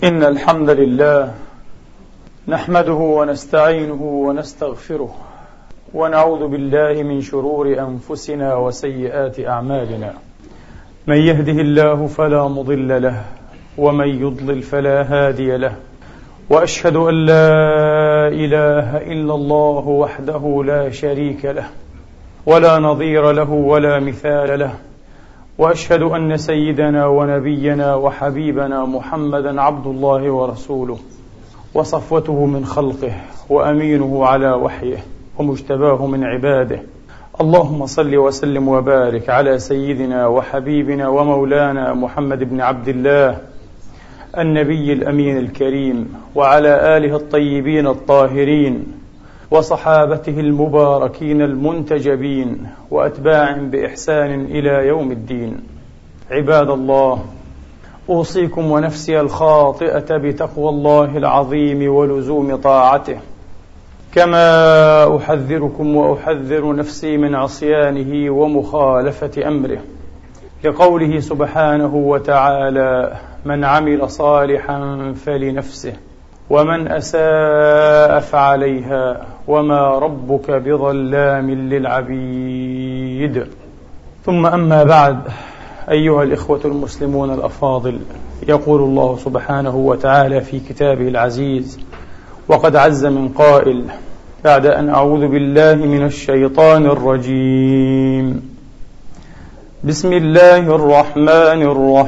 إن الحمد لله نحمده ونستعينه ونستغفره ونعوذ بالله من شرور أنفسنا وسيئات أعمالنا. من يهده الله فلا مضل له ومن يضلل فلا هادي له، وأشهد أن لا إله إلا الله وحده لا شريك له ولا نظير له ولا مثال له، وأشهد أن سيدنا ونبينا وحبيبنا محمدا عبد الله ورسوله وصفوته من خلقه وأمينه على وحيه ومجتباه من عباده. اللهم صل وسلم وبارك على سيدنا وحبيبنا ومولانا محمد بن عبد الله النبي الأمين الكريم، وعلى آله الطيبين الطاهرين وصحابته المباركين المنتجبين وأتباعهم بإحسان إلى يوم الدين. عباد الله، أوصيكم ونفسي الخاطئة بتقوى الله العظيم ولزوم طاعته، كما أحذركم وأحذر نفسي من عصيانه ومخالفة أمره، لقوله سبحانه وتعالى: من عمل صالحا فلنفسه ومن أساء فعليها وما ربك بظلام للعبيد. ثم أما بعد، أيها الإخوة المسلمون الأفاضل، يقول الله سبحانه وتعالى في كتابه العزيز وقد عز من قائل: بعد أن أعوذ بالله من الشيطان الرجيم، بسم الله الرحمن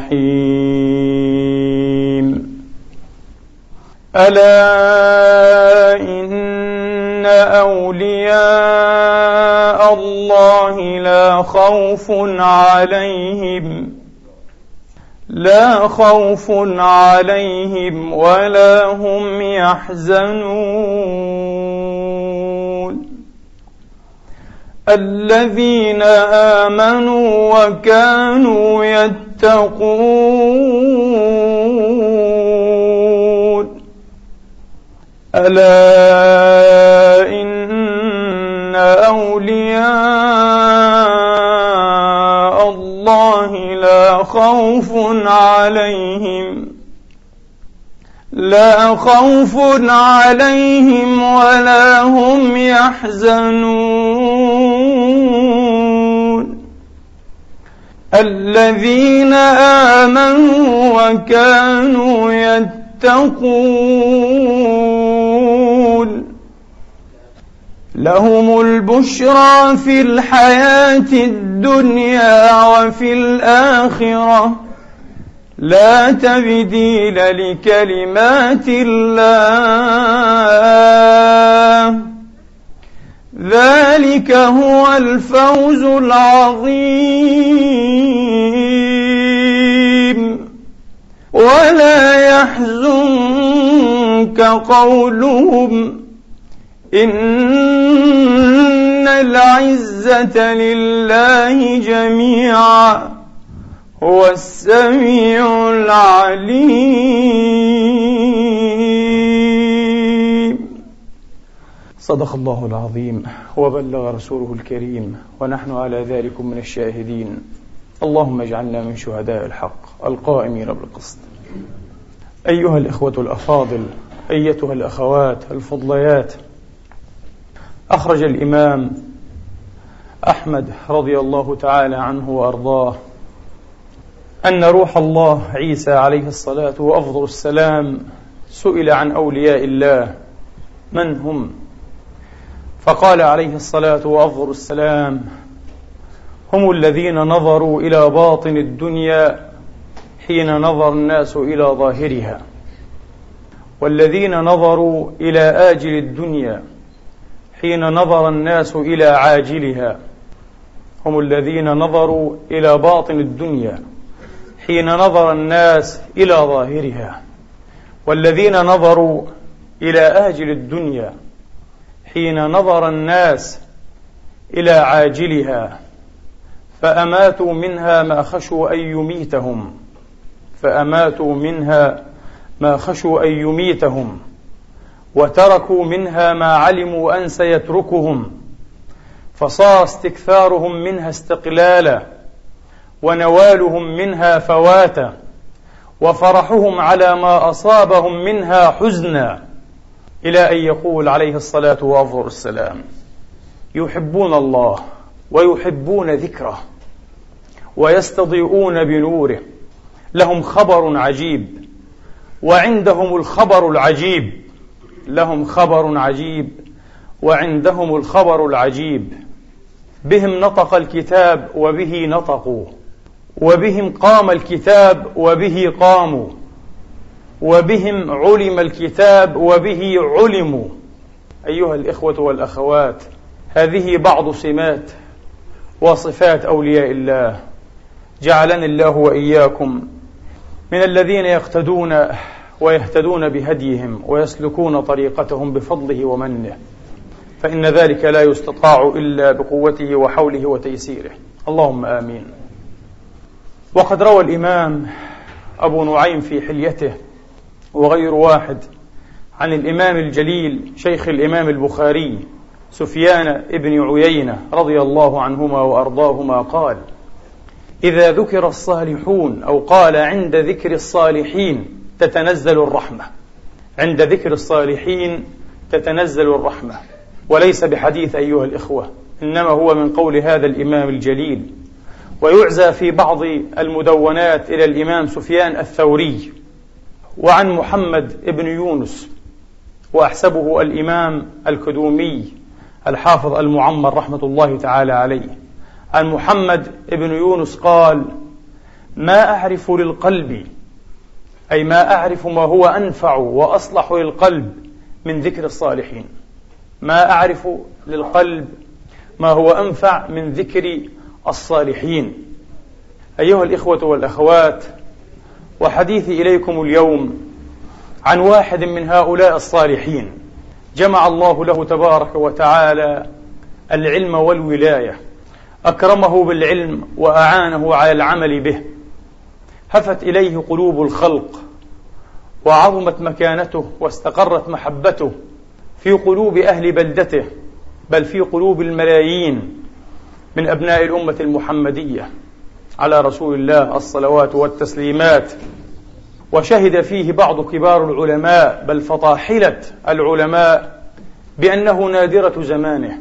الرحيم: ألا إن أولياء الله لا خوف عليهم ولا هم يحزنون الذين آمنوا وكانوا يتقون. ألا إن أولياء الله لا خوف عليهم ولا هم يحزنون الذين آمنوا وكانوا يتقون. لهم البشرى في الحياة الدنيا وفي الآخرة، لا تبديل لكلمات الله، ذلك هو الفوز العظيم. ولا يحزنك قولهم، إن العزة لله جميعا، هو السميع العليم. صدق الله العظيم وبلغ رسوله الكريم، ونحن على ذلك من الشاهدين. اللهم اجعلنا من شهداء الحق القائمين بالقسط. أيها الإخوة الأفاضل، أيتها الأخوات الفضليات، أخرج الإمام أحمد رضي الله تعالى عنه وأرضاه أن روح الله عيسى عليه الصلاة وأفضل السلام سئل عن أولياء الله من هم، فقال عليه الصلاة وأفضل السلام: هم الذين نظروا إلى باطن الدنيا حين نظر الناس إلى ظاهرها، والذين نظروا إلى آجل الدنيا حين نظر الناس إلى عاجلها. هم الذين نظروا إلى باطن الدنيا حين نظر الناس إلى ظاهرها، والذين نظروا إلى آجل الدنيا حين نظر الناس إلى عاجلها، فأماتوا منها ما خشوا أن يميتهم، وتركوا منها ما علموا أن سيتركهم، فصار استكثارهم منها استقلالا ونوالهم منها فواتا، وفرحهم على ما أصابهم منها حزنا، إلى أن يقول عليه الصلاة وأفضل السلام: يحبون الله ويحبون ذكره ويستضيئون بنوره، لهم خبر عجيب وعندهم الخبر العجيب، لهم خبر عجيب وعندهم الخبر العجيب، بهم نطق الكتاب وبه نطقوا، وبهم قام الكتاب وبه قاموا، وبهم علم الكتاب وبه علموا. أيها الإخوة والأخوات، هذه بعض سمات وصفات أولياء الله، جعلني الله وإياكم من الذين يقتدون ويهتدون بهديهم ويسلكون طريقتهم بفضله ومنه، فإن ذلك لا يستطاع إلا بقوته وحوله وتيسيره، اللهم آمين. وقد روى الإمام أبو نعيم في حليته وغير واحد عن الإمام الجليل شيخ الإمام البخاري سفيان ابن عيينة رضي الله عنهما وأرضاهما قال: إذا ذكر الصالحون، أو قال عند ذكر الصالحين تتنزل الرحمة، عند ذكر الصالحين تتنزل الرحمة. وليس بحديث أيها الإخوة، إنما هو من قول هذا الإمام الجليل، ويعزى في بعض المدونات إلى الإمام سفيان الثوري وعن محمد ابن يونس، وأحسبه الإمام الكدومي الحافظ المعمر رحمة الله تعالى عليه، عن محمد ابن يونس قال: ما أعرف للقلب، أي ما أعرف ما هو أنفع وأصلح للقلب من ذكر الصالحين، ما أعرف للقلب ما هو أنفع من ذكر الصالحين. أيها الإخوة والأخوات، وحديثي إليكم اليوم عن واحد من هؤلاء الصالحين جمع الله له تبارك وتعالى العلم والولاية، أكرمه بالعلم وأعانه على العمل به، هفت إليه قلوب الخلق وعظمت مكانته واستقرت محبته في قلوب أهل بلدته، بل في قلوب الملايين من أبناء الأمة المحمدية على رسول الله الصلوات والتسليمات. وشهد فيه بعض كبار العلماء بل فطاحلة العلماء بأنه نادرة زمانه،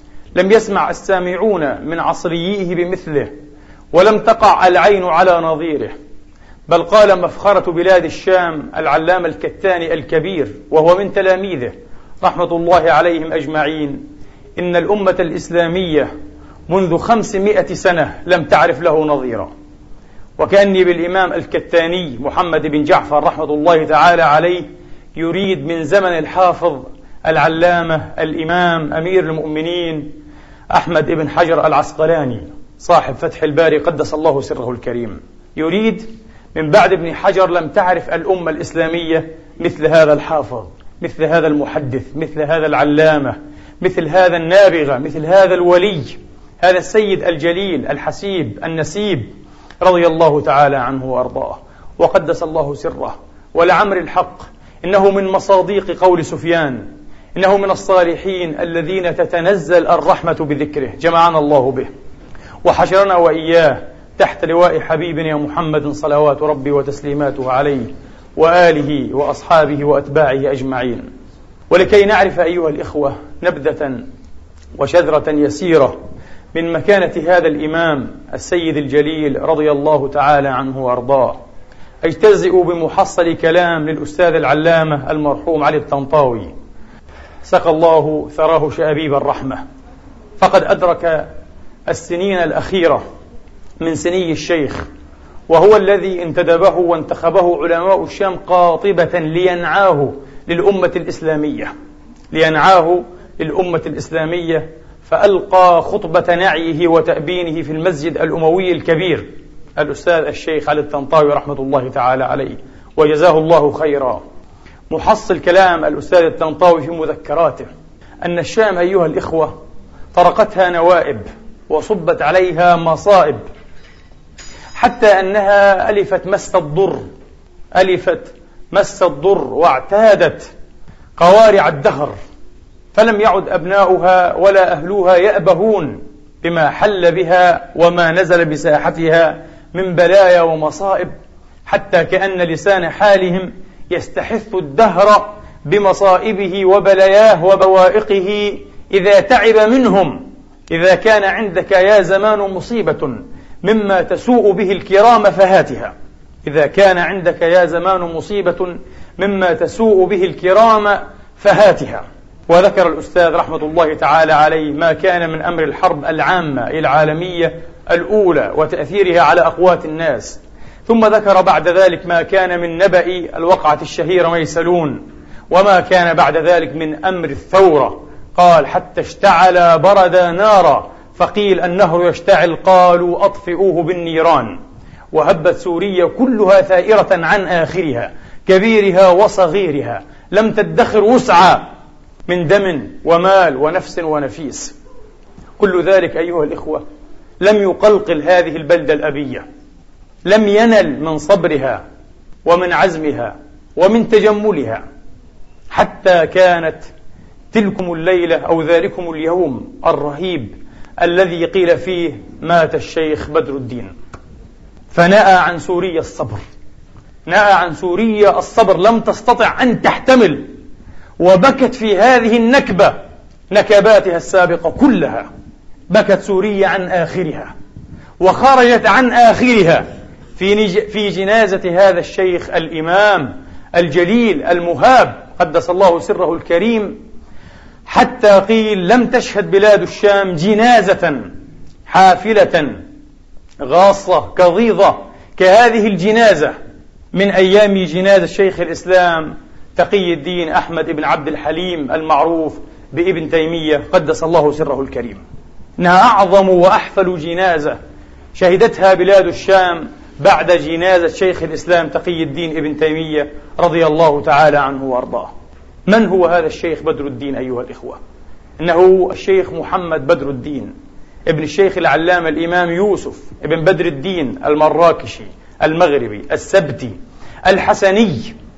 لم يسمع السامعون من عصرييه بمثله، ولم تقع العين على نظيره. بل قال مفخرة بلاد الشام العلامة الكتاني الكبير وهو من تلاميذه رحمة الله عليهم أجمعين: إن الأمة الإسلامية منذ 500 سنة لم تعرف له نظيرا. وكأني بالإمام الكتاني محمد بن جعفر رحمة الله تعالى عليه يريد من زمن الحافظ العلامة الإمام أمير المؤمنين أحمد بن حجر العسقلاني صاحب فتح الباري قدس الله سره الكريم، يريد من بعد ابن حجر لم تعرف الأمة الإسلامية مثل هذا الحافظ، مثل هذا المحدث، مثل هذا العلامة، مثل هذا النابغة، مثل هذا الولي، هذا السيد الجليل الحسيب النسيب رضي الله تعالى عنه وأرضاه وقدس الله سره. ولعمر الحق إنه من مصاديق قول سفيان، إنه من الصالحين الذين تتنزل الرحمة بذكره، جمعنا الله به وحشرنا وإياه تحت لواء حبيبنا محمد صلوات ربي وتسليماته عليه وآله وأصحابه وأتباعه أجمعين. ولكي نعرف أيها الإخوة نبذة وشذرة يسيرة من مكانة هذا الإمام السيد الجليل رضي الله تعالى عنه وأرضاه، أجتزئ بمحصل كلام للأستاذ العلامة المرحوم علي الطنطاوي سقى الله ثراه شأبيب الرحمة، فقد أدرك السنين الأخيرة من سني الشيخ، وهو الذي انتدبه وانتخبه علماء الشام قاطبة لينعاه للأمة الإسلامية، لينعاه للأمة الإسلامية، فألقى خطبة نعيه وتأبينه في المسجد الأموي الكبير الأستاذ الشيخ علي الطنطاوي رحمة الله تعالى عليه وجزاه الله خيرا. محصل كلام الأستاذ الطنطاوي في مذكراته أن الشام أيها الإخوة طرقتها نوائب وصبت عليها مصائب، حتى أنها ألفت مس الضر واعتادت قوارع الدهر، فلم يعد أبناؤها ولا أهلها يأبهون بما حل بها وما نزل بساحتها من بلايا ومصائب، حتى كأن لسان حالهم يستحث الدهر بمصائبه وبلياه وبوائقه إذا تعب منهم. إذا كان عندك يا زمان مصيبة مما تسوء به الكرام فهاتها. إذا كان عندك يا زمان مصيبة مما تسوء به الكرام فهاتها. وذكر الأستاذ رحمة الله تعالى عليه ما كان من أمر الحرب العامة العالمية الأولى وتأثيرها على أقوات الناس، ثم ذكر بعد ذلك ما كان من نبأ الوقعة الشهيرة ميسلون، وما كان بعد ذلك من أمر الثورة. قال: حتى اشتعل برد نارا، فقيل النهر يشتعل، قالوا أطفئوه بالنيران. وهبت سوريا كلها ثائرة عن آخرها، كبيرها وصغيرها، لم تدخر وسعا من دم ومال ونفس ونفيس. كل ذلك أيها الإخوة لم يقلقل هذه البلدة الأبية، لم ينل من صبرها ومن عزمها ومن تجملها، حتى كانت تلكم الليلة أو ذلكم اليوم الرهيب الذي قيل فيه مات الشيخ بدر الدين، فنأى عن سوريا الصبر، نأى عن سوريا الصبر، لم تستطع أن تحتمل، وبكت في هذه النكبة نكباتها السابقة كلها. بكت سوريا عن آخرها، وخرجت عن آخرها في جنازة هذا الشيخ الإمام الجليل المهاب قدس الله سره الكريم، حتى قيل لم تشهد بلاد الشام جنازة حافلة غاصة كظيظة كهذه الجنازة من أيام جنازة شيخ الإسلام تقي الدين أحمد بن عبد الحليم المعروف بابن تيمية قدس الله سره الكريم. إنها أعظم وأحفل جنازة شهدتها بلاد الشام بعد جنازة شيخ الإسلام تقي الدين ابن تيمية رضي الله تعالى عنه وأرضاه. من هو هذا الشيخ بدر الدين أيها الإخوة؟ إنه الشيخ محمد بدر الدين ابن الشيخ العلامة الإمام يوسف ابن بدر الدين المراكشي المغربي السبتي الحسني،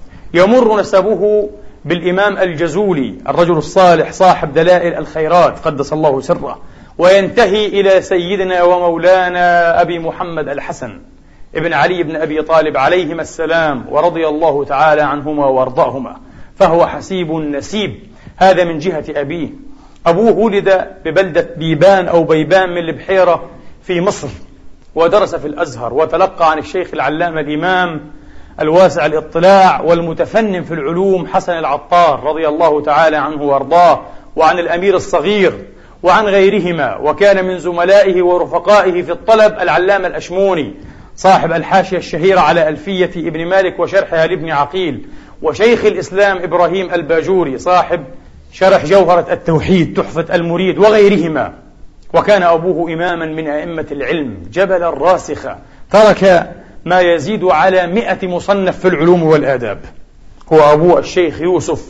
يمر نسبه بالإمام الجزولي الرجل الصالح صاحب دلائل الخيرات قدس الله سره، وينتهي إلى سيدنا ومولانا أبي محمد الحسن ابن علي بن أبي طالب عليهما السلام ورضي الله تعالى عنهما وارضاهما، فهو حسيب نسيب. هذا من جهة أبيه. أبوه ولد ببلدة بيبان أو بيبان من البحيرة في مصر، ودرس في الأزهر، وتلقى عن الشيخ العلامة الإمام الواسع الاطلاع والمتفنن في العلوم حسن العطار رضي الله تعالى عنه وارضاه، وعن الأمير الصغير وعن غيرهما. وكان من زملائه ورفقائه في الطلب العلامة الأشموني صاحب الحاشية الشهيرة على ألفية ابن مالك وشرحها لابن عقيل، وشيخ الإسلام إبراهيم الباجوري صاحب شرح جوهرة التوحيد تحفة المريد وغيرهما. وكان أبوه إماما من أئمة العلم جبلا راسخا، ترك ما يزيد على 100 مصنف في العلوم والآداب. هو أبوه الشيخ يوسف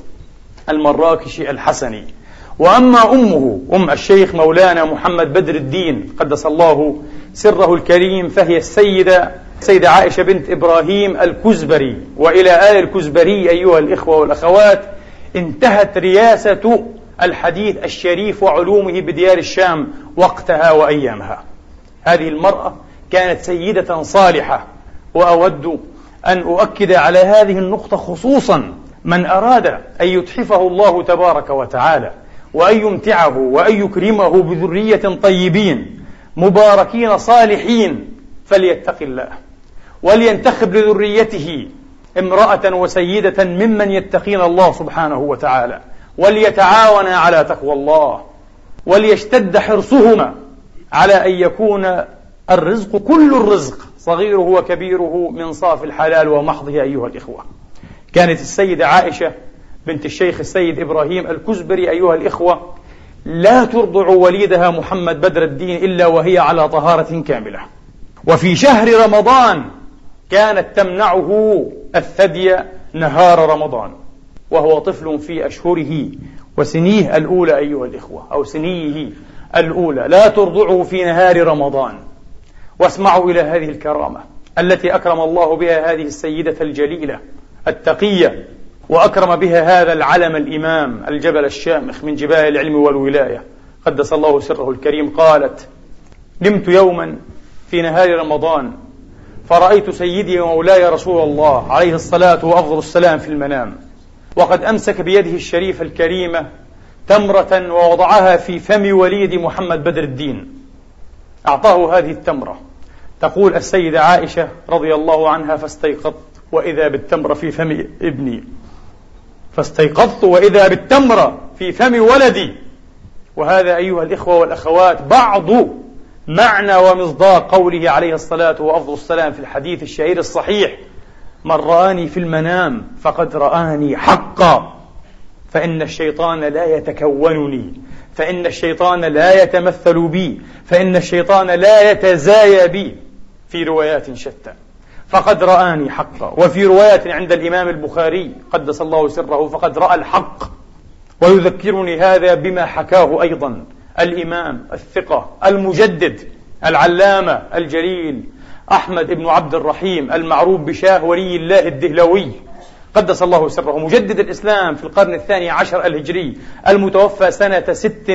المراكشي الحسني. وأما أمه أم الشيخ مولانا محمد بدر الدين قدس الله سره الكريم، فهي السيدة عائشة بنت إبراهيم الكزبري. وإلى آل الكزبري أيها الإخوة والأخوات انتهت رياسة الحديث الشريف وعلومه بديار الشام وقتها وأيامها. هذه المرأة كانت سيدة صالحة، وأود أن أؤكد على هذه النقطة خصوصا من أراد أن يتحفه الله تبارك وتعالى وأن يمتعه وأن يكرمه بذرية طيبين مباركين صالحين، فليتق الله ولينتخب لذريته امرأة وسيدة ممن يتقين الله سبحانه وتعالى، وليتعاون على تقوى الله، وليشتد حرصهما على أن يكون الرزق كل الرزق صغيره وكبيره من صاف الحلال ومحضه. أيها الإخوة، كانت السيدة عائشة بنت الشيخ السيد إبراهيم الكزبري أيها الإخوة لا ترضع وليدها محمد بدر الدين إلا وهي على طهارة كاملة. وفي شهر رمضان كانت تمنعه الثدي نهار رمضان، وهو طفل في أشهره وسنيه الأولى أيها الإخوة، أو سنيه الأولى، لا ترضعه في نهار رمضان. واسمعوا إلى هذه الكرامة التي أكرم الله بها هذه السيدة الجليلة التقية، وأكرم بها هذا العلم الإمام الجبل الشامخ من جبال العلم والولاية قدس الله سره الكريم. قالت: نمت يوما في نهار رمضان فرأيت سيدي ومولاي رسول الله عليه الصلاة وأفضل السلام في المنام، وقد أمسك بيده الشريفة الكريمة تمرة ووضعها في فم وليد محمد بدر الدين، أعطاه هذه التمرة. تقول السيدة عائشة رضي الله عنها: فاستيقظت وإذا بالتمرة في فم ابني، فاستيقظت وإذا بالتمرة في فم ولدي. وهذا أيها الإخوة والأخوات بعض معنى ومصداق قوله عليه الصلاة وأفضل السلام في الحديث الشهير الصحيح: من رآني في المنام فقد رآني حقا، فإن الشيطان لا يتكونني، فإن الشيطان لا يتمثل بي، فإن الشيطان لا يتزايا بي، في روايات شتى. فقد رآني حقا. وفي رواية عند الإمام البخاري قدس الله سره: فقد رأى الحق. ويذكرني هذا بما حكاه أيضا الإمام الثقة المجدد العلامة الجليل أحمد بن عبد الرحيم المعروف بشاه ولي الله الدهلوي قدس الله سره، مجدد الإسلام في القرن 12 الهجري، المتوفى سنة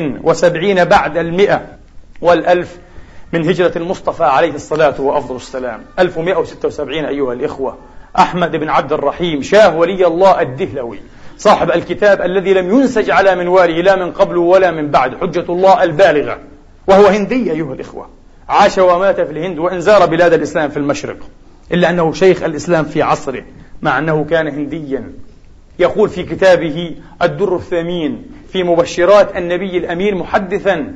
76 بعد 100 والألف من هجرة المصطفى عليه الصلاة وأفضل السلام، 1176 أيها الإخوة. أحمد بن عبد الرحيم شاه ولي الله الدهلوي، صاحب الكتاب الذي لم ينسج على منواله لا من قبل ولا من بعد، حجة الله البالغة، وهو هندي أيها الإخوة، عاش ومات في الهند، وإن زار بلاد الإسلام في المشرق، إلا أنه شيخ الإسلام في عصره مع أنه كان هنديا. يقول في كتابه الدر الثمين في مبشرات النبي الأمين محدثا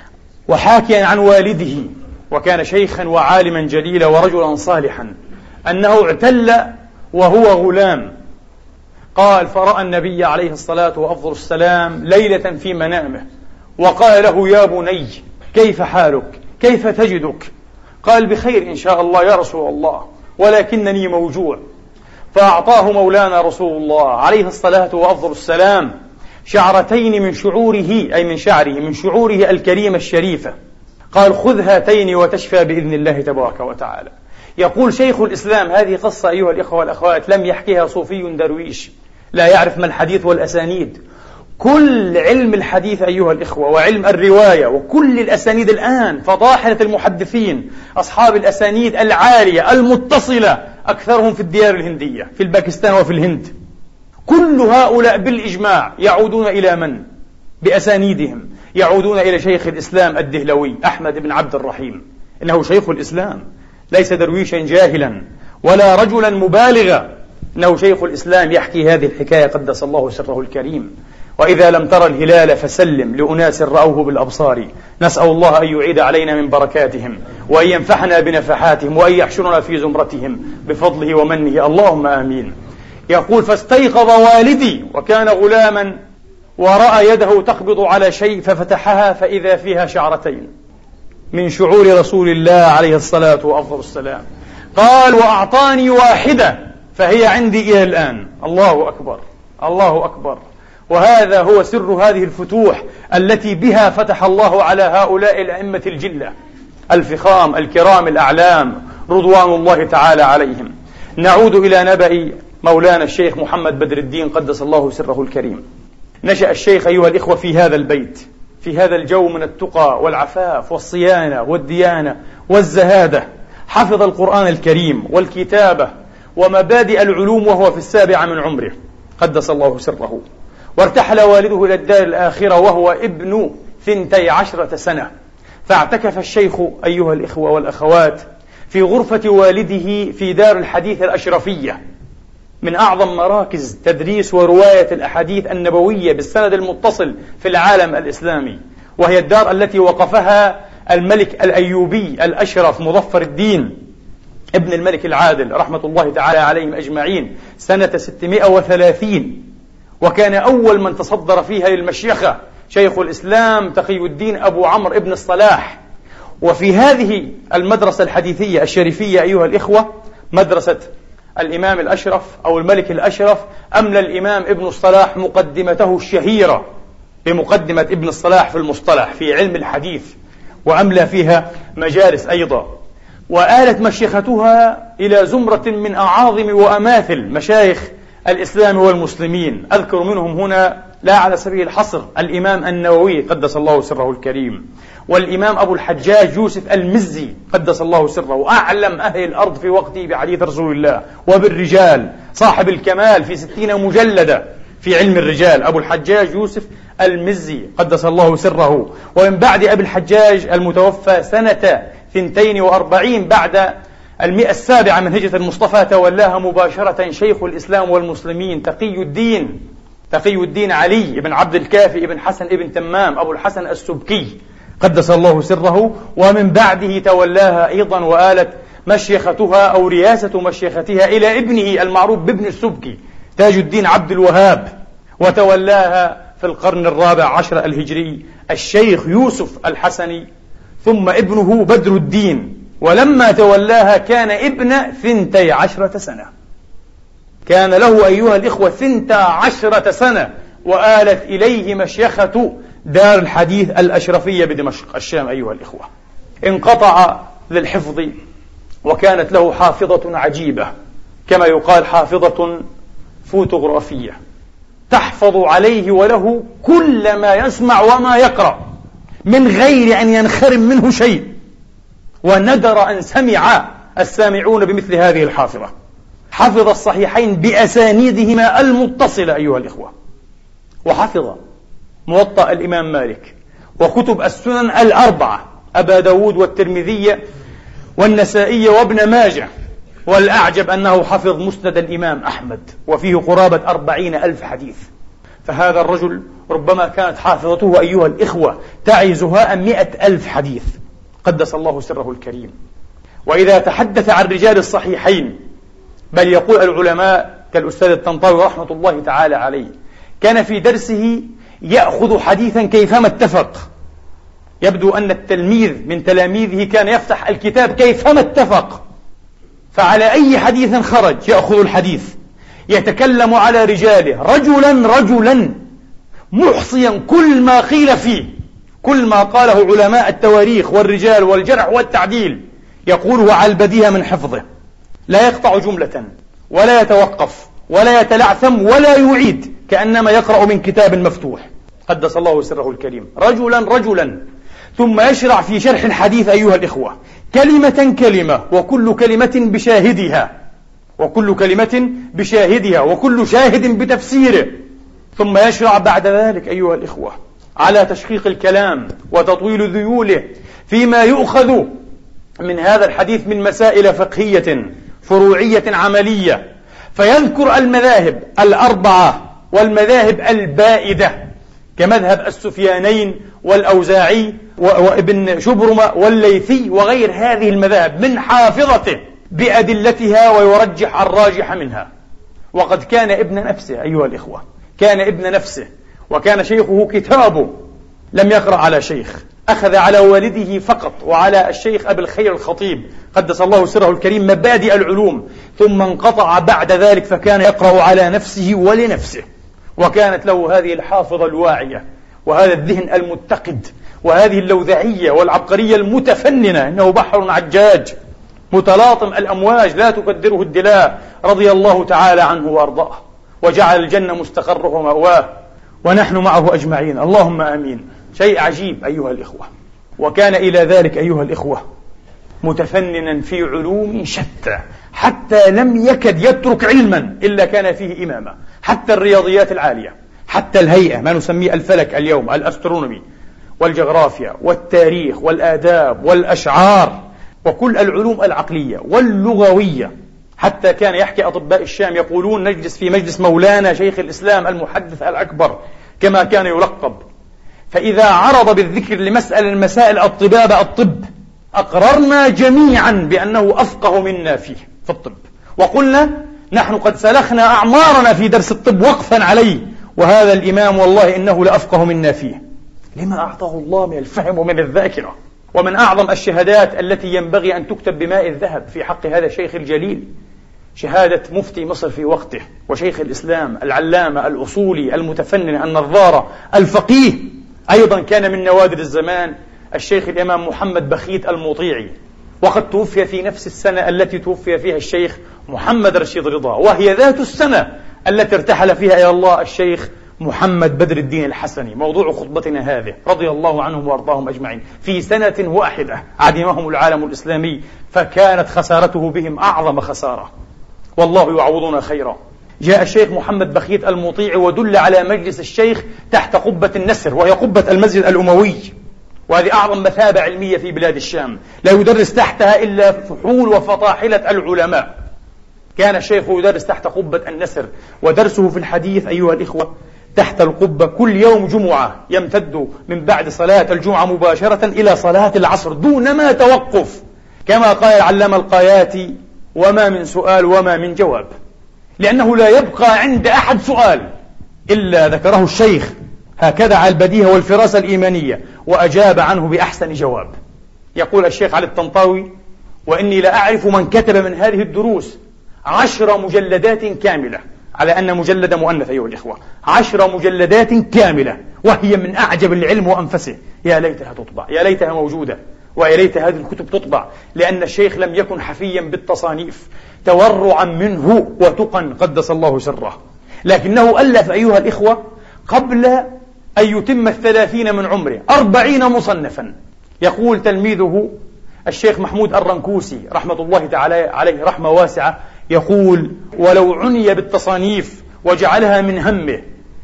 وحاكيا عن والده، وكان شيخا وعالما جليلا ورجلا صالحا، أنه اعتل وهو غلام. قال: فرأى النبي عليه الصلاة وأفضل السلام ليلة في منامه وقال له: يا بني كيف حالك؟ كيف تجدك؟ قال: بخير إن شاء الله يا رسول الله، ولكنني موجوع. فأعطاه مولانا رسول الله عليه الصلاة وأفضل السلام شعرتين من شعوره، أي من شعره، من شعوره الكريمة الشريفة. قال: خذ هاتين وتشفى بإذن الله تبارك وتعالى. يقول شيخ الإسلام: هذه قصة أيها الإخوة والأخوات لم يحكيها صوفي درويش لا يعرف ما الحديث والأسانيد. كل علم الحديث أيها الإخوة وعلم الرواية وكل الأسانيد الآن، فضاحلة المحدثين أصحاب الأسانيد العالية المتصلة أكثرهم في الديار الهندية، في الباكستان وفي الهند. كل هؤلاء بالإجماع يعودون إلى من؟ بأسانيدهم يعودون إلى شيخ الإسلام الدهلوي أحمد بن عبد الرحيم. إنه شيخ الإسلام، ليس درويشا جاهلا ولا رجلا مبالغا، إنه شيخ الإسلام يحكي هذه الحكاية قدس الله سره الكريم. وإذا لم ترى الهلال فسلم لأناس رأوه بالأبصار، نسأل الله أن يعيد علينا من بركاتهم، وأن ينفحنا بنفحاتهم، وأن يحشرنا في زمرتهم بفضله ومنه، اللهم آمين. يقول: فاستيقظ والدي وكان غلاما ورأى يده تقبض على شيء ففتحها فإذا فيها شعرتين من شعور رسول الله عليه الصلاة وأفضل السلام. قال: وأعطاني واحدة فهي عندي إلى الآن. الله أكبر، الله أكبر. وهذا هو سر هذه الفتوح التي بها فتح الله على هؤلاء الأئمة الجلة الفخام الكرام الأعلام رضوان الله تعالى عليهم. نعود إلى نبأ مولانا الشيخ محمد بدر الدين قدس الله سره الكريم. نشأ الشيخ أيها الإخوة في هذا البيت، في هذا الجو من التقى والعفاف والصيانة والديانة والزهادة. حفظ القرآن الكريم والكتابة ومبادئ العلوم وهو في 7 من عمره قدس الله سره. وارتحل والده إلى الدار الآخرة وهو ابن 12 سنة، فاعتكف الشيخ أيها الإخوة والأخوات في غرفة والده في دار الحديث الأشرفية، من أعظم مراكز تدريس ورواية الأحاديث النبوية بالسند المتصل في العالم الإسلامي، وهي الدار التي وقفها الملك الأيوبي الأشرف مظفر الدين ابن الملك العادل رحمة الله تعالى عليهم أجمعين سنة 630. وكان أول من تصدر فيها للمشيخة شيخ الإسلام تقي الدين أبو عمرو ابن الصلاح. وفي هذه المدرسة الحديثية الشريفية أيها الإخوة، مدرسة الإمام الأشرف أو الملك الأشرف، أملى الإمام ابن الصلاح مقدمته الشهيرة بمقدمة ابن الصلاح في المصطلح في علم الحديث، وأملى فيها مجالس أيضا. وآلت مشيختها إلى زمرة من أعاظم وأماثل مشايخ الإسلام والمسلمين، أذكر منهم هنا لا على سبيل الحصر الإمام النووي قدس الله سره الكريم، والإمام أبو الحجاج يوسف المزي قدس الله سره، أعلم أهل الأرض في وقته بحديث رسول الله وبالرجال، صاحب الكمال في 60 مجلدة في علم الرجال، أبو الحجاج يوسف المزي قدس الله سره. ومن بعد أبي الحجاج المتوفى سنة 42 بعد 107 من هجرة المصطفى تولاها مباشرة شيخ الإسلام والمسلمين تقي الدين علي بن عبد الكافي بن حسن بن تمام أبو الحسن السبكي قدس الله سره. ومن بعده تولاها أيضا وآلت مشيختها أو رياسة مشيختها إلى ابنه المعروف بابن السبكي تاج الدين عبد الوهاب، وتولاها في القرن 14 الهجري الشيخ يوسف الحسني، ثم ابنه بدر الدين. ولما تولاها كان ابن 12 سنة، كان له أيها الإخوة 12 سنة، وآلت إليه مشيخة دار الحديث الأشرفية بدمشق الشام. أيها الإخوة، انقطع للحفظ، وكانت له حافظة عجيبة كما يقال حافظة فوتوغرافية تحفظ عليه وله كل ما يسمع وما يقرأ من غير أن ينخرم منه شيء، وندر أن سمع السامعون بمثل هذه الحافظة. حفظ الصحيحين بأسانيدهما المتصلة أيها الإخوة، وحفظ موطأ الإمام مالك وكتب السنن الأربعة أبا داود والترمذي والنسائي وابن ماجه، والأعجب أنه حفظ مسند الإمام أحمد وفيه قرابة 40,000 حديث. فهذا الرجل ربما كانت حافظته أيها الإخوة تعزها 100,000 حديث قدس الله سره الكريم. وإذا تحدث عن رجال الصحيحين بل يقول العلماء كالأستاذ الطنطاوي رحمة الله تعالى عليه كان في درسه يأخذ حديثا كيفما اتفق. يبدو أن التلميذ من تلاميذه كان يفتح الكتاب كيفما اتفق، فعلى أي حديث خرج يأخذ الحديث، يتكلم على رجاله رجلا محصيا كل ما قيل فيه، كل ما قاله علماء التواريخ والرجال والجرح والتعديل يقوله على البديهة من حفظه، لا يقطع جملة ولا يتوقف ولا يتلعثم ولا يعيد، كأنما يقرأ من كتاب مفتوح قدس الله سره الكريم. رجلا ثم يشرع في شرح الحديث أيها الإخوة كلمة كلمة، وكل كلمة بشاهدها وكل شاهد بتفسيره، ثم يشرع بعد ذلك أيها الإخوة على تشقيق الكلام وتطويل ذيوله فيما يؤخذ من هذا الحديث من مسائل فقهية فروعية عملية، فيذكر المذاهب الأربعة والمذاهب البائدة كمذهب السفيانين والأوزاعي وابن شبرمة والليثي وغير هذه المذاهب من حافظته بأدلتها، ويرجح الراجح منها. وقد كان ابن نفسه أيها الإخوة، كان ابن نفسه، وكان شيخه كتابه، لم يقرأ على شيخ، أخذ على والده فقط وعلى الشيخ أبي الخير الخطيب قدس الله سره الكريم مبادئ العلوم، ثم انقطع بعد ذلك فكان يقرأ على نفسه ولنفسه. وكانت له هذه الحافظة الواعية وهذا الذهن المتقد وهذه اللوذعية والعبقرية المتفننة، إنه بحر عجاج متلاطم الأمواج لا تقدره الدلاء، رضي الله تعالى عنه وأرضاه، وجعل الجنة مستقره ومأواه، ونحن معه أجمعين، اللهم آمين. شيء عجيب أيها الإخوة. وكان إلى ذلك أيها الإخوة متفننا في علوم شتى، حتى لم يكد يترك علما إلا كان فيه إمامة، حتى الرياضيات العالية، حتى الهيئة ما نسميه الفلك اليوم، الأسترونومي والجغرافيا والتاريخ والآداب والأشعار وكل العلوم العقلية واللغوية. حتى كان يحكي أطباء الشام يقولون نجلس في مجلس مولانا شيخ الإسلام المحدث الأكبر كما كان يلقب، فإذا عرض بالذكر لمسألة مسائل الطب أقررنا جميعا بأنه أفقه منا فيه في الطب، وقلنا نحن قد سلخنا أعمارنا في درس الطب وقفا عليه، وهذا الإمام والله إنه لأفقه منا فيه. لما أعطاه الله من الفهم ومن الذاكرة. ومن أعظم الشهادات التي ينبغي أن تكتب بماء الذهب في حق هذا الشيخ الجليل شهادة مفتي مصر في وقته وشيخ الإسلام العلامة الأصولي المتفنن النظارة الفقيه. أيضا كان من نوادر الزمان الشيخ الإمام محمد بخيت المطيعي، وقد توفي في نفس السنة التي توفي فيها الشيخ محمد رشيد رضا، وهي ذات السنة التي ارتحل فيها إلى الله الشيخ محمد بدر الدين الحسني موضوع خطبتنا هذه، رضي الله عنهم وأرضاهم أجمعين، في سنة واحدة عدمهم العالم الإسلامي، فكانت خسارته بهم أعظم خسارة، والله يعوضنا خيرا. جاء الشيخ محمد بخيت المطيع ودل على مجلس الشيخ تحت قبة النسر، وهي قبة المسجد الأموي، وهذه أعظم مثابة علمية في بلاد الشام، لا يدرس تحتها إلا فحول وفطاحلة العلماء. كان الشيخ يدرس تحت قبة النسر، ودرسه في الحديث أيها الإخوة تحت القبة كل يوم جمعة، يمتد من بعد صلاة الجمعة مباشرة إلى صلاة العصر دون ما توقف، كما قال العلامة القياتي: وما من سؤال وما من جواب، لأنه لا يبقى عند أحد سؤال إلا ذكره الشيخ هكذا على البديهة والفراسة الإيمانية، وأجاب عنه بأحسن جواب. يقول الشيخ علي الطنطاوي: وإني لأعرف من كتب من هذه الدروس 10 مجلدات كاملة، على أن مجلد مؤنث أيها الإخوة، 10 مجلدات كاملة، وهي من أعجب العلم وأنفسه. يا ليتها تطبع، يا ليتها موجودة، ويا ليت هذه الكتب تطبع، لأن الشيخ لم يكن حفيا بالتصانيف تورعا منه وتقا قدس الله سره، لكنه ألف أيها الإخوة قبل أن يتم 30 من عمره 40 مصنفا. يقول تلميذه الشيخ محمود الرنكوسي رحمة الله تعالى عليه رحمة واسعة، يقول: ولو عني بالتصانيف وجعلها من همه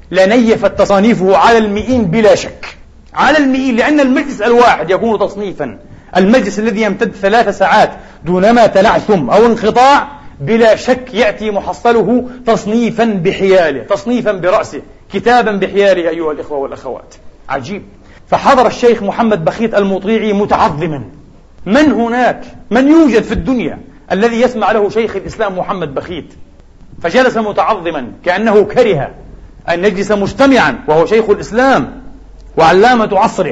لنيفت تصانيفه على 100 بلا شك، على 100، لأن المجلس الواحد يكون تصنيفا، المجلس الذي يمتد 3 ساعات دون ما تلعثم أو انقطاع بلا شك يأتي محصله تصنيفا بحياله، تصنيفا برأسه، كتابا بحياله أيها الإخوة والأخوات. عجيب. فحضر الشيخ محمد بخيت المطيعي متعظما: من هناك، من يوجد في الدنيا الذي يسمع له شيخ الإسلام محمد بخيت؟ فجلس متعظما كأنه كره أن يجلس مجتمعا وهو شيخ الإسلام وعلامة عصره.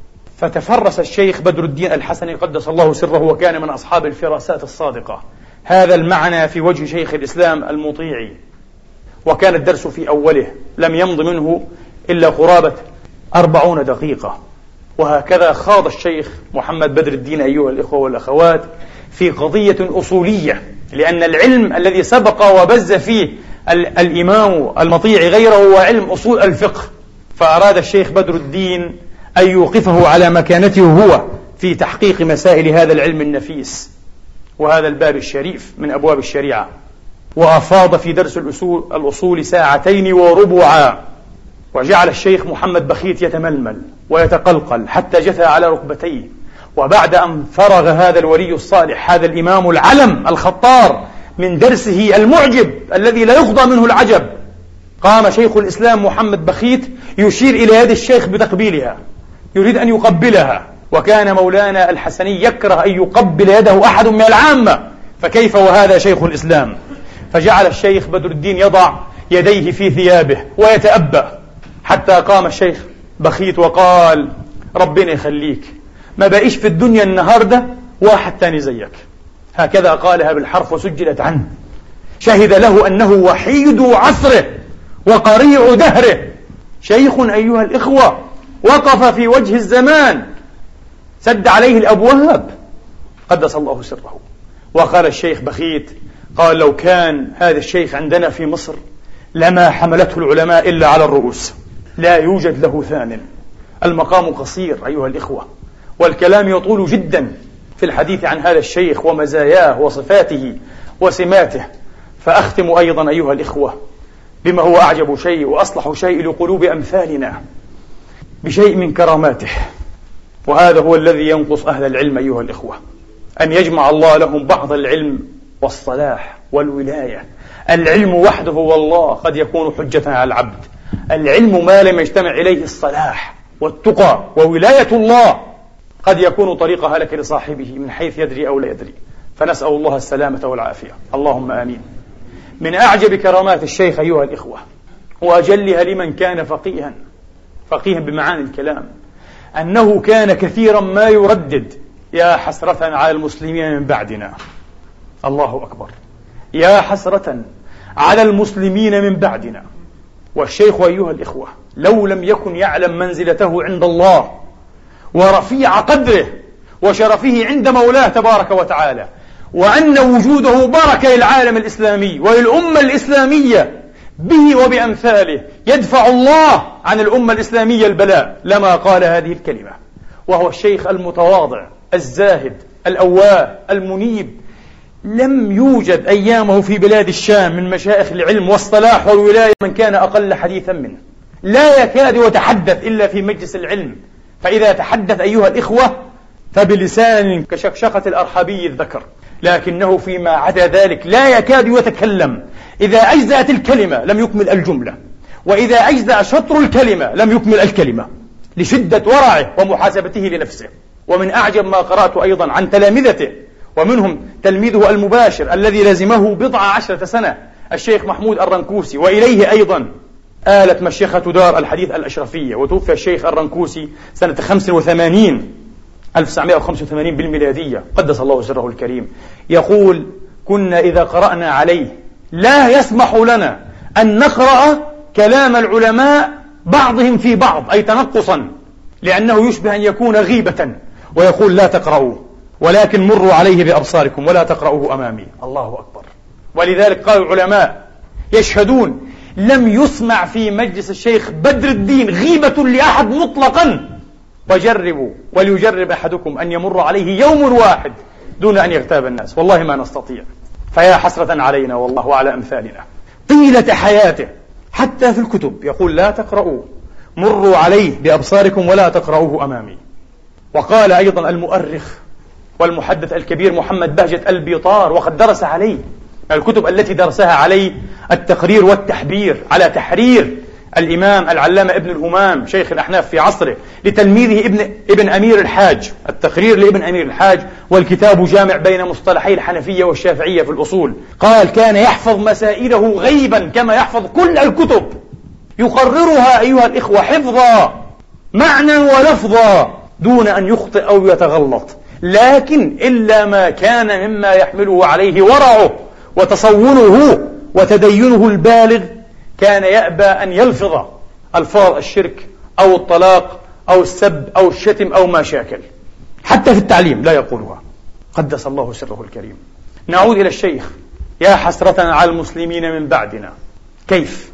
فتفرس الشيخ بدر الدين الحسني قدس الله سره، وكان من أصحاب الفراسات الصادقة، هذا المعنى في وجه شيخ الإسلام المطيعي، وكان الدرس في أوله لم يمض منه إلا قرابة 40 دقيقة. وهكذا خاض الشيخ محمد بدر الدين أيها الإخوة والأخوات في قضية أصولية، لأن العلم الذي سبق وبز فيه الإمام المطيعي غيره هو علم أصول الفقه، فأراد الشيخ بدر الدين أن يوقفه على مكانته هو في تحقيق مسائل هذا العلم النفيس وهذا الباب الشريف من أبواب الشريعة، وأفاض في درس الأصول 2.25 ساعة، وجعل الشيخ محمد بخيت يتململ ويتقلقل حتى جثى على ركبتيه. وبعد أن فرغ هذا الولي الصالح، هذا الإمام العلم الخطار، من درسه المعجب الذي لا يخضى منه العجب، قام شيخ الإسلام محمد بخيت يشير إلى يد الشيخ بتقبيلها، يريد أن يقبلها، وكان مولانا الحسني يكره أن يقبل يده أحد من العامة، فكيف وهذا شيخ الإسلام؟ فجعل الشيخ بدر الدين يضع يديه في ثيابه ويتأبى، حتى قام الشيخ بخيت وقال: ربنا يخليك، ما بقيش في الدنيا النهاردة واحد تاني زيك. هكذا قالها بالحرف وسجلت عنه. شهد له أنه وحيد عصره وقريع دهره، شيخ أيها الإخوة وقف في وجه الزمان، سد عليه الأبواب قدس الله سره. وقال الشيخ بخيت، قال: لو كان هذا الشيخ عندنا في مصر لما حملته العلماء إلا على الرؤوس، لا يوجد له ثان. المقام قصير أيها الإخوة، والكلام يطول جدا في الحديث عن هذا الشيخ ومزاياه وصفاته وسماته. فأختم أيضا أيها الإخوة بما هو أعجب شيء وأصلح شيء لقلوب أمثالنا، بشيء من كراماته، وهذا هو الذي ينقص أهل العلم أيها الإخوة، أن يجمع الله لهم بعض العلم والصلاح والولاية. العلم وحده والله قد يكون حجة على العبد، العلم ما لم يجتمع إليه الصلاح والتقى وولاية الله قد يكون طريق هلك لصاحبه من حيث يدري أو لا يدري. فنسأل الله السلامة والعافية، اللهم آمين. من أعجب كرامات الشيخ أيها الإخوة وأجلها لمن كان فقيها بمعاني الكلام، أنه كان كثيرا ما يردد: يا حسرة على المسلمين من بعدنا. الله أكبر، يا حسرة على المسلمين من بعدنا. والشيخ أيها الإخوة لو لم يكن يعلم منزلته عند الله ورفيع قدره وشرفه عند مولاه تبارك وتعالى، وأن وجوده بركة للعالم الإسلامي وللأمة الإسلامية، به وبأمثاله يدفع الله عن الأمة الإسلامية البلاء لما قال هذه الكلمة، وهو الشيخ المتواضع الزاهد الأواه المنيب. لم يوجد أيامه في بلاد الشام من مشايخ العلم والصلاح والولاية من كان أقل حديثا منه، لا يكاد يتحدث إلا في مجلس العلم، فإذا تحدث أيها الإخوة فبلسان كشقشقة الأرحبي الذكر، لكنه فيما عدا ذلك لا يكاد يتكلم. إذا أجزأت الكلمة لم يكمل الجملة، وإذا أجزأ شطر الكلمة لم يكمل الكلمة، لشدة ورعه ومحاسبته لنفسه. ومن أعجب ما قرأت أيضا عن تلامذته، ومنهم تلميذه المباشر الذي لزمه 14 سنة الشيخ محمود الرنكوسي، وإليه أيضا آلت مشيخة دار الحديث الأشرفية، وتوفي الشيخ الرنكوسي سنة 1985 بالميلادية قدس الله سره الكريم. يقول: كنا إذا قرأنا عليه لا يسمح لنا أن نقرأ كلام العلماء بعضهم في بعض، أي تنقصا، لأنه يشبه أن يكون غيبة، ويقول: لا تقرأوه، ولكن مروا عليه بأبصاركم ولا تقرأوه أمامي. الله أكبر. ولذلك قال العلماء يشهدون: لم يسمع في مجلس الشيخ بدر الدين غيبة لأحد مطلقا، وجربوا وليجرب أحدكم أن يمر عليه يوم واحد دون أن يغتاب الناس، والله ما نستطيع. فيا حسرة علينا والله وعلى أمثالنا. طيلة حياته حتى في الكتب يقول: لا تقرأوه، مروا عليه بأبصاركم ولا تقرأوه أمامي. وقال أيضا المؤرخ والمحدث الكبير محمد بهجة البيطار، وقد درس عليه الكتب التي درسها عليه: التقرير والتحبير، على تحرير الإمام العلامة ابن الهمام شيخ الأحناف في عصره لتلميذه ابن أمير الحاج، التقرير لابن أمير الحاج، والكتاب جامع بين مصطلحي الحنفية والشافعية في الأصول. قال: كان يحفظ مسائله غيبا كما يحفظ كل الكتب، يقررها أيها الإخوة حفظا معنى ولفظا دون أن يخطئ أو يتغلط، لكن إلا ما كان مما يحمله عليه ورعه وتصونه وتدينه البالغ كان يأبى أن يلفظ ألفاظ الشرك أو الطلاق أو السب أو الشتم أو ما شاكل، حتى في التعليم لا يقولها قدس الله سره الكريم. نعود إلى الشيخ. يا حسرة على المسلمين من بعدنا. كيف؟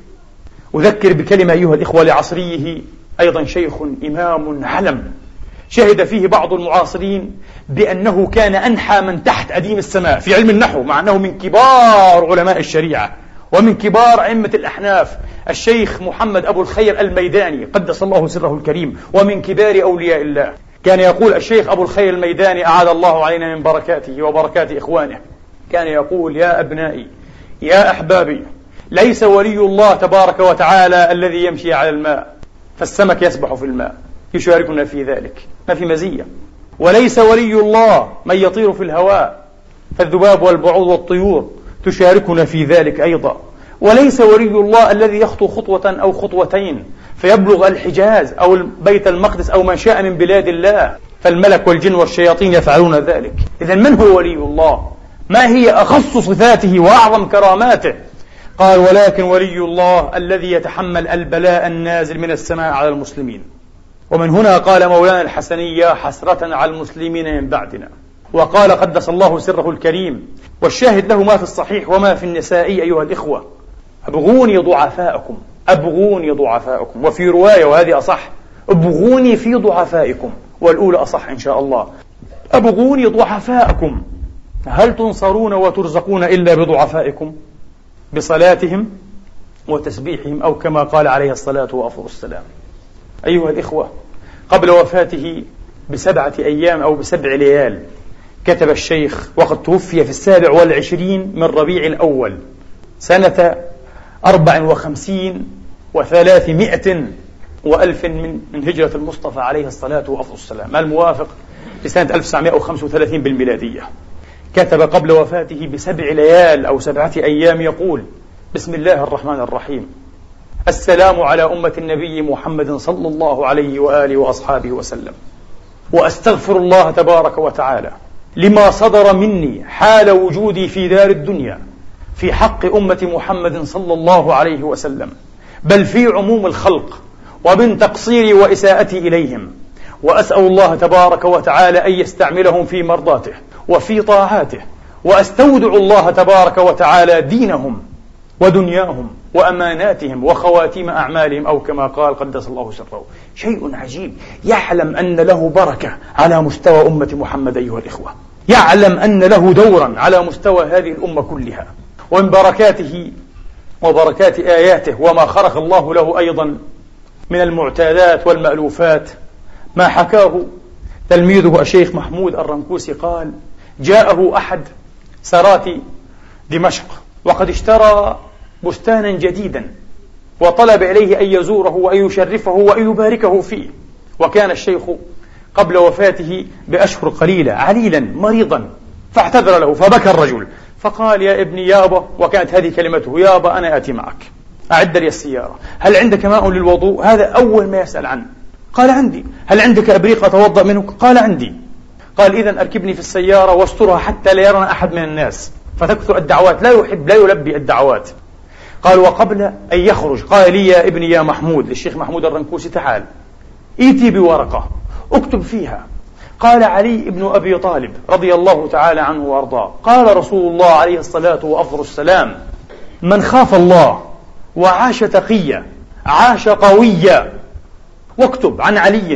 أذكر بكلمة أيها الإخوة لعصريه أيضا شيخ إمام علم شهد فيه بعض المعاصرين بأنه كان أنحى من تحت أديم السماء في علم النحو، مع أنه من كبار علماء الشريعة ومن كبار أئمة الأحناف، الشيخ محمد أبو الخير الميداني قدس الله سره الكريم، ومن كبار أولياء الله. كان يقول الشيخ أبو الخير الميداني أعاد الله علينا من بركاته وبركات إخوانه، كان يقول: يا أبنائي يا أحبابي، ليس ولي الله تبارك وتعالى الذي يمشي على الماء فالسمك يسبح في الماء يشاركنا في ذلك، ما في مزية. وليس ولي الله من يطير في الهواء فالذباب والبعوض والطيور تشاركنا في ذلك أيضا. وليس ولي الله الذي يخطو خطوة أو خطوتين فيبلغ الحجاز أو بيت المقدس أو ما شاء من بلاد الله، فالملك والجن والشياطين يفعلون ذلك. إذن من هو ولي الله؟ ما هي أخص صفاته وأعظم كراماته؟ قال: ولكن ولي الله الذي يتحمل البلاء النازل من السماء على المسلمين. ومن هنا قال مولانا الحسني: يا حسرة على المسلمين من بعدنا. وقال قدس الله سره الكريم، والشاهد له ما في الصحيح وما في النسائي أيها الإخوة: أبغوني ضعفاءكم، أبغوني ضعفاءكم. وفي رواية وهذه أصح: أبغوني في ضعفائكم، والأولى أصح إن شاء الله. أبغوني ضعفاءكم، هل تنصرون وترزقون إلا بضعفائكم؟ بصلاتهم وتسبيحهم، أو كما قال عليه الصلاة والسلام. أيها الإخوة، قبل وفاته ب7 أيام أو ب7 ليال كتب الشيخ، وقد توفي في 27 من ربيع الأول سنة 54 و300 وألف من هجرة المصطفى عليه الصلاة والسلام، الموافق لسنة 1935 بالميلادية. كتب قبل وفاته ب7 ليال أو 7 أيام يقول: بسم الله الرحمن الرحيم، السلام على أمة النبي محمد صلى الله عليه وآله وأصحابه وسلم، وأستغفر الله تبارك وتعالى لما صدر مني حال وجودي في دار الدنيا في حق أمة محمد صلى الله عليه وسلم، بل في عموم الخلق، ومن تقصيري وإساءتي إليهم، وأسأل الله تبارك وتعالى أن يستعملهم في مرضاته وفي طاعاته، وأستودع الله تبارك وتعالى دينهم ودنياهم وأماناتهم وخواتيم أعمالهم، أو كما قال قدس الله سره. شيء عجيب. يعلم أن له بركة على مستوى أمة محمد أيها الإخوة، يعلم أن له دورا على مستوى هذه الأمة كلها، ومن بركاته وبركات آياته وما خرق الله له أيضا من المعتادات والمألوفات ما حكاه تلميذه الشيخ محمود الرنكوسي. قال: جاءه أحد سارات دمشق وقد اشترى بستانا جديدا، وطلب إليه أن يزوره وأن يشرفه وأن يباركه فيه. وكان الشيخ قبل وفاته بأشهر قليلة عليلا مريضا، فاعتذر له، فبكى الرجل فقال: يا ابني يابا، وكانت هذه كلمته: يابا أنا آتي معك، أعد لي السيارة، هل عندك ماء للوضوء؟ هذا أول ما يسأل عنه. قال: عندي. هل عندك إبريق أتوضأ منه؟ قال: عندي. قال: إذن أركبني في السيارة واسترها حتى لا يرنا أحد من الناس، فتكثر الدعوات، لا يلبي الدعوات. قال: وقبل أن يخرج قال لي: يا ابني يا محمود، للشيخ محمود الرنكوسي، تعال إيتي بورقة اكتب فيها. قال علي بن أبي طالب رضي الله تعالى عنه وأرضاه: قال رسول الله عليه الصلاة وأفضل السلام: من خاف الله وعاش تقيا عاش قويا. واكتب عن علي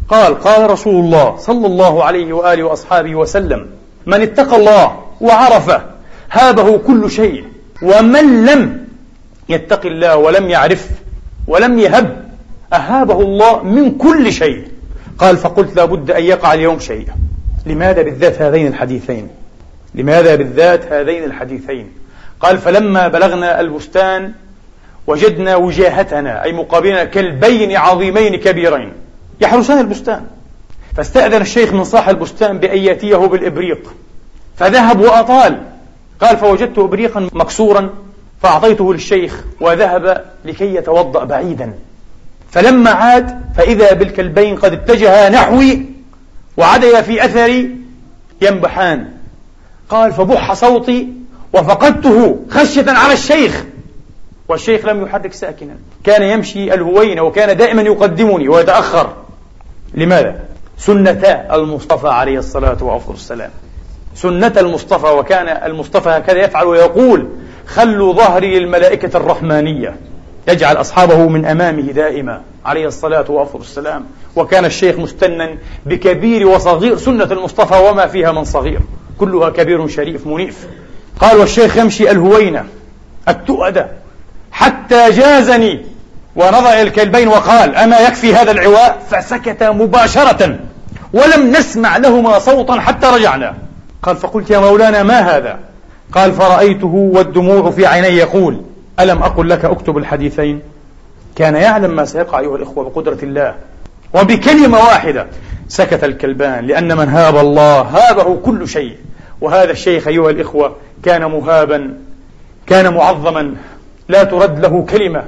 قال رسول الله صلى الله عليه وآله وأصحابه وسلم: من اتقى الله وعرفه هابه كل شيء، ومن لم يتق الله ولم يعرف ولم يهب أهابه الله من كل شيء. قال: فقلت لا بد أن يقع اليوم شيء. لماذا بالذات هذين الحديثين؟ لماذا بالذات هذين الحديثين؟ قال: فلما بلغنا البستان وجدنا وجاهتنا، أي مقابلنا، كلبين عظيمين كبيرين يحرسان البستان. فاستأذن الشيخ من صاحب البستان بأن يأتيه بالإبريق، فذهب وأطال. قال: فوجدت إبريقا مكسورا فأعطيته للشيخ، وذهب لكي يتوضأ بعيدا. فلما عاد فإذا بالكلبين قد اتجها نحوي وعديا في أثري ينبحان. قال: فبح صوتي وفقدته خشية على الشيخ، والشيخ لم يحرك ساكنا، كان يمشي الهوين، وكان دائما يقدمني ويتأخر. لماذا؟ سنتا المصطفى عليه الصلاة والسلام، سنة المصطفى. وكان المصطفى هكذا يفعل ويقول: خلوا ظهري للملائكة الرحمانية، يجعل أصحابه من أمامه دائما عليه الصلاة والسلام. وكان الشيخ مستنا بكبير وصغير، سنة المصطفى وما فيها من صغير، كلها كبير شريف منيف. قال: والشيخ يمشي الهوينة التؤدة حتى جازني ونظر الكلبين وقال: أما يكفي هذا العواء؟ فسكت مباشرة ولم نسمع لهما صوتا حتى رجعنا. قال: فقلت: يا مولانا ما هذا؟ قال: فرأيته والدموع في عيني يقول: ألم أقل لك أكتب الحديثين؟ كان يعلم ما سيقع أيها الإخوة بقدرة الله، وبكلمة واحدة سكت الكلبان، لأن من هاب الله هابه كل شيء. وهذا الشيخ أيها الإخوة كان مهابا، كان معظما، لا ترد له كلمة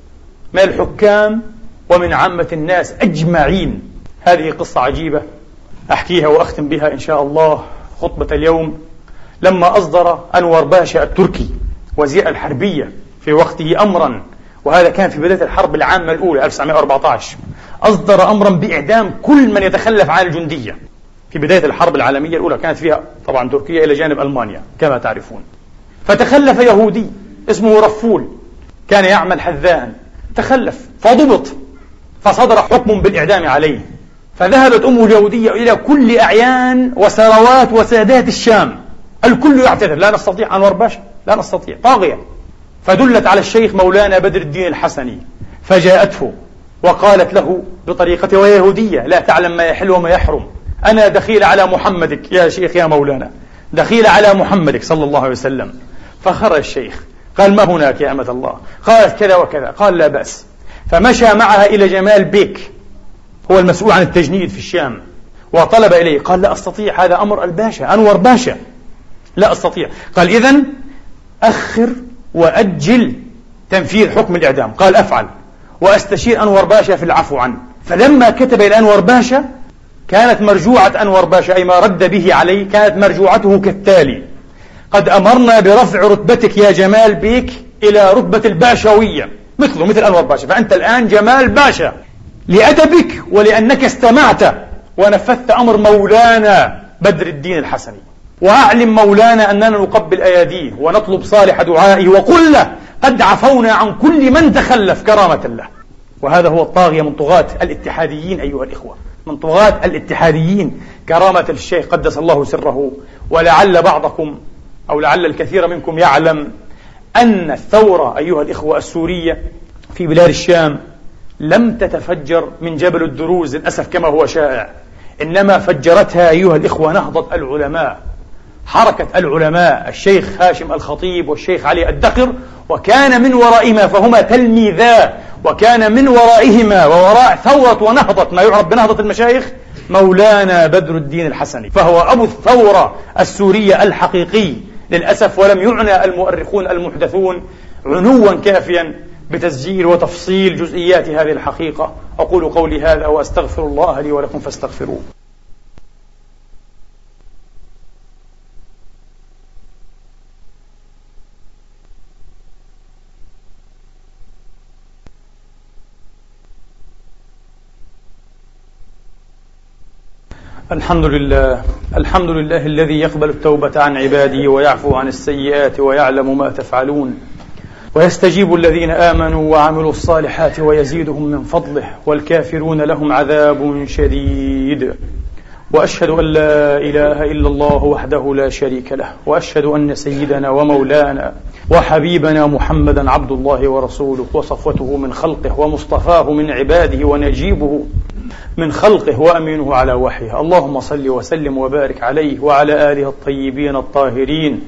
من الحكام ومن عامة الناس أجمعين. هذه قصة عجيبة أحكيها وأختم بها إن شاء الله خطبة اليوم. لما أصدر أنور باشا التركي وزير الحربية في وقته أمرا، وهذا كان في بداية الحرب العامة الأولى 1914، أصدر أمرا بإعدام كل من يتخلف عن الجندية. في بداية الحرب العالمية الأولى كانت فيها طبعا تركيا إلى جانب ألمانيا كما تعرفون. فتخلف يهودي اسمه رفول، كان يعمل حذاء، تخلف فضبط، فصدر حكم بالإعدام عليه. فذهبت أمه اليهودية إلى كل أعيان وثروات وسادات الشام، الكل يعتذر: لا نستطيع أنور باشا، لا نستطيع، طاغية. فدلت على الشيخ مولانا بدر الدين الحسني، فجاءته وقالت له بطريقته وهي يهودية لا تعلم ما يحل وما يحرم: أنا دخيل على محمدك يا شيخ يا مولانا، دخيل على محمدك صلى الله عليه وسلم. فخرج الشيخ قال: ما هناك يا أمة الله؟ قالت: كذا وكذا. قال: لا بأس. فمشى معها إلى جمال بيك، هو المسؤول عن التجنيد في الشام، وطلب إليه. قال: لا أستطيع، هذا أمر الباشا أنور باشا، لا أستطيع. قال: إذن أخر وأجل تنفيذ حكم الإعدام. قال: أفعل، وأستشير أنور باشا في العفو عنه. فلما كتب إلى أنور باشا كانت مرجوعة أنور باشا، أي ما رد به عليه، كانت مرجوعته كالتالي: قد أمرنا برفع رتبتك يا جمال بيك إلى رتبة الباشوية، مثله مثل أنور باشا، فأنت الآن جمال باشا، لأدبك ولأنك استمعت ونفذت أمر مولانا بدر الدين الحسني. وأعلم مولانا أننا نقبل أياديه ونطلب صالح دعائه، وقل له قد عفونا عن كل من تخلف كرامة له. وهذا هو الطاغية من طغاة الاتحاديين أيها الإخوة، من طغاة الاتحاديين كرامة الشيخ قدس الله سره. ولعل بعضكم أو لعل الكثير منكم يعلم أن الثورة أيها الإخوة السورية في بلاد الشام لم تتفجر من جبل الدروز للأسف كما هو شائع، إنما فجرتها أيها الإخوة نهضة العلماء، حركة العلماء، الشيخ هاشم الخطيب والشيخ علي الدقر، وكان من ورائهما، فهما تلميذا، وكان من ورائهما ووراء ثورة ونهضة ما يعرف بنهضة المشايخ مولانا بدر الدين الحسني، فهو أبو الثورة السورية الحقيقي للأسف. ولم يعنى المؤرخون المحدثون عنوا كافيا بتسجيل وتفصيل جزئيات هذه الحقيقة. أقول قولي هذا وأستغفر الله لي ولكم فاستغفروه. الحمد لله، الحمد لله الذي يقبل التوبة عن عباده ويعفو عن السيئات ويعلم ما تفعلون، ويستجيب الذين آمنوا وعملوا الصالحات ويزيدهم من فضله، والكافرون لهم عذاب شديد. وأشهد أن لا إله إلا الله وحده لا شريك له، وأشهد أن سيدنا ومولانا وحبيبنا محمدا عبد الله ورسوله وصفوته من خلقه ومصطفاه من عباده ونجيبه من خلقه وأمينه على وحيه. اللهم صل وسلم وبارك عليه وعلى آله الطيبين الطاهرين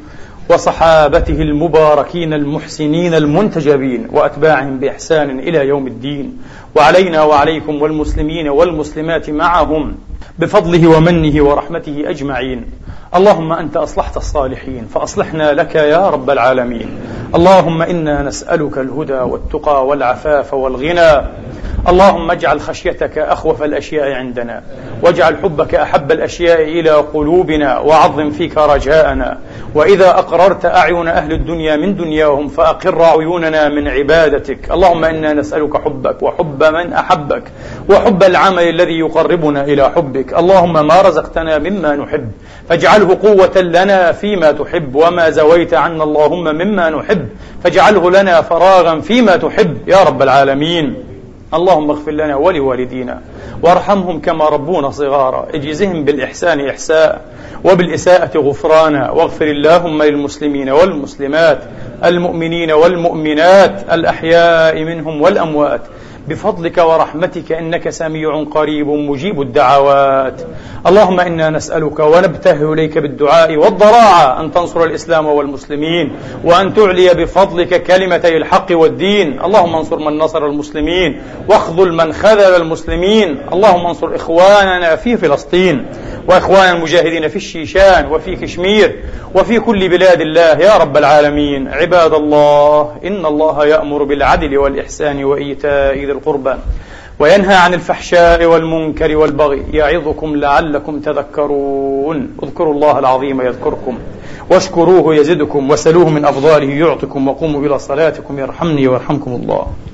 وصحابته المباركين المحسنين المنتجبين وأتباعهم بإحسان إلى يوم الدين، وعلينا وعليكم والمسلمين والمسلمات معهم بفضله ومنه ورحمته أجمعين. اللهم أنت أصلحت الصالحين فأصلحنا لك يا رب العالمين. اللهم إنا نسألك الهدى والتقى والعفاف والغنى. اللهم اجعل خشيتك أخوف الأشياء عندنا، واجعل حبك أحب الأشياء إلى قلوبنا، وعظم فيك رجاءنا. وإذا أقررت أعين أهل الدنيا من دنياهم فأقر عيوننا من عبادتك. اللهم إنا نسألك حبك وحب من أحبك وحب العمل الذي يقربنا إلى حبك. اللهم ما رزقتنا مما نحب فاجعله قوة لنا فيما تحب، وما زويت عنا اللهم مما نحب فاجعله لنا فراغا فيما تحب يا رب العالمين. اللهم اغفر لنا ولوالدينا وارحمهم كما ربونا صغارا، اجزهم بالإحسان إحساء وبالإساءة غفرانا، واغفر اللهم للمسلمين والمسلمات المؤمنين والمؤمنات الأحياء منهم والأموات بفضلك ورحمتك إنك سميع قريب مجيب الدعوات. اللهم إنا نسألك ونبتهل إليك بالدعاء والضراعة أن تنصر الإسلام والمسلمين، وأن تعلي بفضلك كلمتي الحق والدين. اللهم انصر من نصر المسلمين واخذل من خذل المسلمين. اللهم انصر إخواننا في فلسطين وإخوان المجاهدين في الشيشان وفي كشمير وفي كل بلاد الله يا رب العالمين. عباد الله، إن الله يأمر بالعدل والإحسان وإيتاء ذي القربى وينهى عن الفحشاء والمنكر والبغي يعظكم لعلكم تذكرون. اذكروا الله العظيم يذكركم واشكروه يزدكم وسلوه من أفضاله يعطكم، وقوموا إلى صلاتكم يرحمني ويرحمكم الله.